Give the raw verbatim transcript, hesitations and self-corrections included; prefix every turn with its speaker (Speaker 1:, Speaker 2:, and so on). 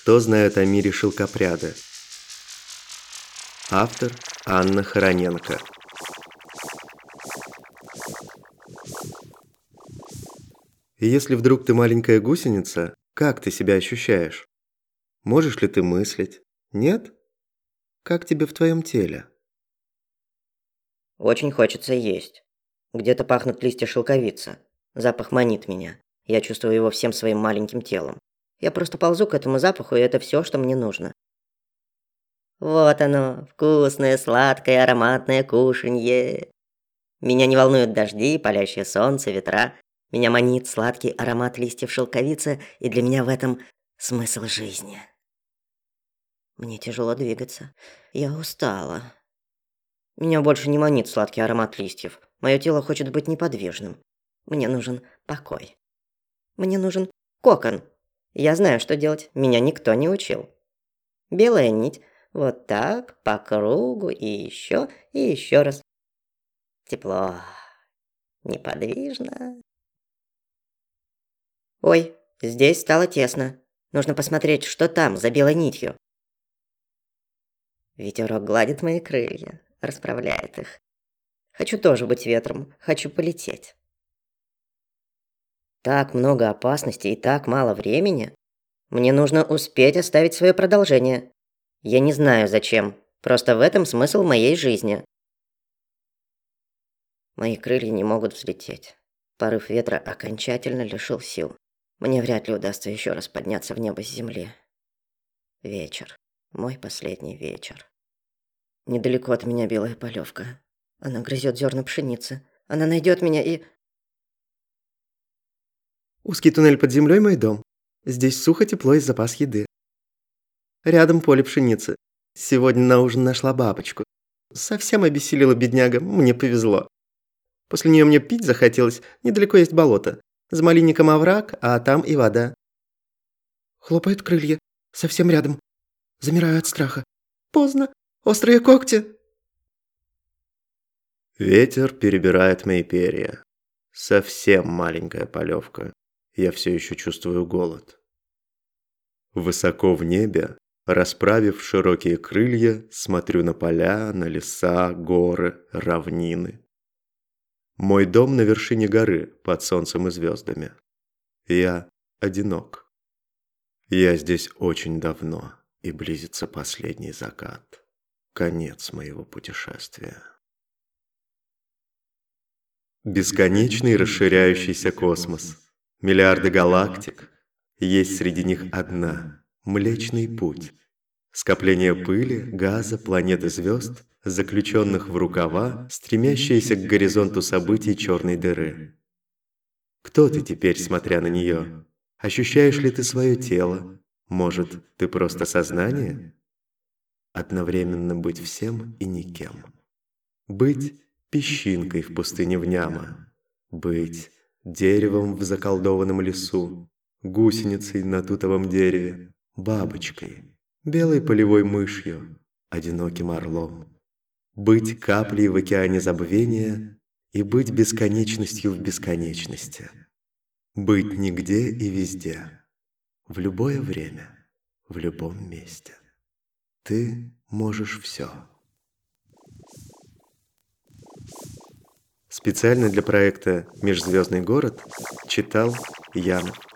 Speaker 1: Что знают о мире шелкопряды? Автор Анна Хороненко. И если вдруг ты маленькая гусеница, как ты себя ощущаешь? Можешь ли ты мыслить? Нет? Как тебе в твоем теле?
Speaker 2: Очень хочется есть. Где-то пахнут листья шелковицы. Запах манит меня. Я чувствую его всем своим маленьким телом. Я просто ползу к этому запаху, и это все, что мне нужно. Вот оно, вкусное, сладкое, ароматное кушанье. Меня не волнуют дожди, палящее солнце, ветра. Меня манит сладкий аромат листьев шелковицы, и для меня в этом смысл жизни. Мне тяжело двигаться. Я устала. Меня больше не манит сладкий аромат листьев. Мое тело хочет быть неподвижным. Мне нужен покой. Мне нужен кокон. Я знаю, что делать. Меня никто не учил. Белая нить. Вот так, по кругу, и еще, и еще раз. Тепло. Неподвижно. Ой, здесь стало тесно. Нужно посмотреть, что там, за белой нитью. Ветерок гладит мои крылья, расправляет их. Хочу тоже быть ветром, хочу полететь. Так много опасностей и так мало времени. Мне нужно успеть оставить свое продолжение. Я не знаю зачем, просто в этом смысл моей жизни. Мои крылья не могут взлететь. Порыв ветра окончательно лишил сил. Мне вряд ли удастся еще раз подняться в небо с земли. Вечер. Мой последний вечер. Недалеко от меня белая полевка. Она грызет зерна пшеницы. Она найдет меня и...
Speaker 1: Узкий туннель под землей мой дом. Здесь сухо, тепло и запас еды. Рядом поле пшеницы. Сегодня на ужин нашла бабочку. Совсем обессилила бедняга, мне повезло. После нее мне пить захотелось, недалеко есть болото. За малинником овраг, а там и вода. Хлопают крылья, совсем рядом. Замираю от страха. Поздно, острые когти. Ветер перебирает мои перья. Совсем маленькая полевка. Я все еще чувствую голод. Высоко в небе, расправив широкие крылья, смотрю на поля, на леса, горы, равнины. Мой дом на вершине горы, под солнцем и звездами. Я одинок. Я здесь очень давно, и близится последний закат. Конец моего путешествия. Бесконечный расширяющийся космос. Миллиарды галактик. Есть среди них одна – Млечный Путь. Скопление пыли, газа, планет и звезд, заключенных в рукава, стремящиеся к горизонту событий черной дыры. Кто ты теперь, смотря на нее? Ощущаешь ли ты свое тело? Может, ты просто сознание? Одновременно быть всем и никем. Быть песчинкой в пустыне Вняма. Быть деревом в заколдованном лесу, гусеницей на тутовом дереве, бабочкой, белой полевой мышью, одиноким орлом. Быть каплей в океане забвения и быть бесконечностью в бесконечности. Быть нигде и везде, в любое время, в любом месте. Ты можешь все. Специально для проекта «Межзвездный город» читал Ян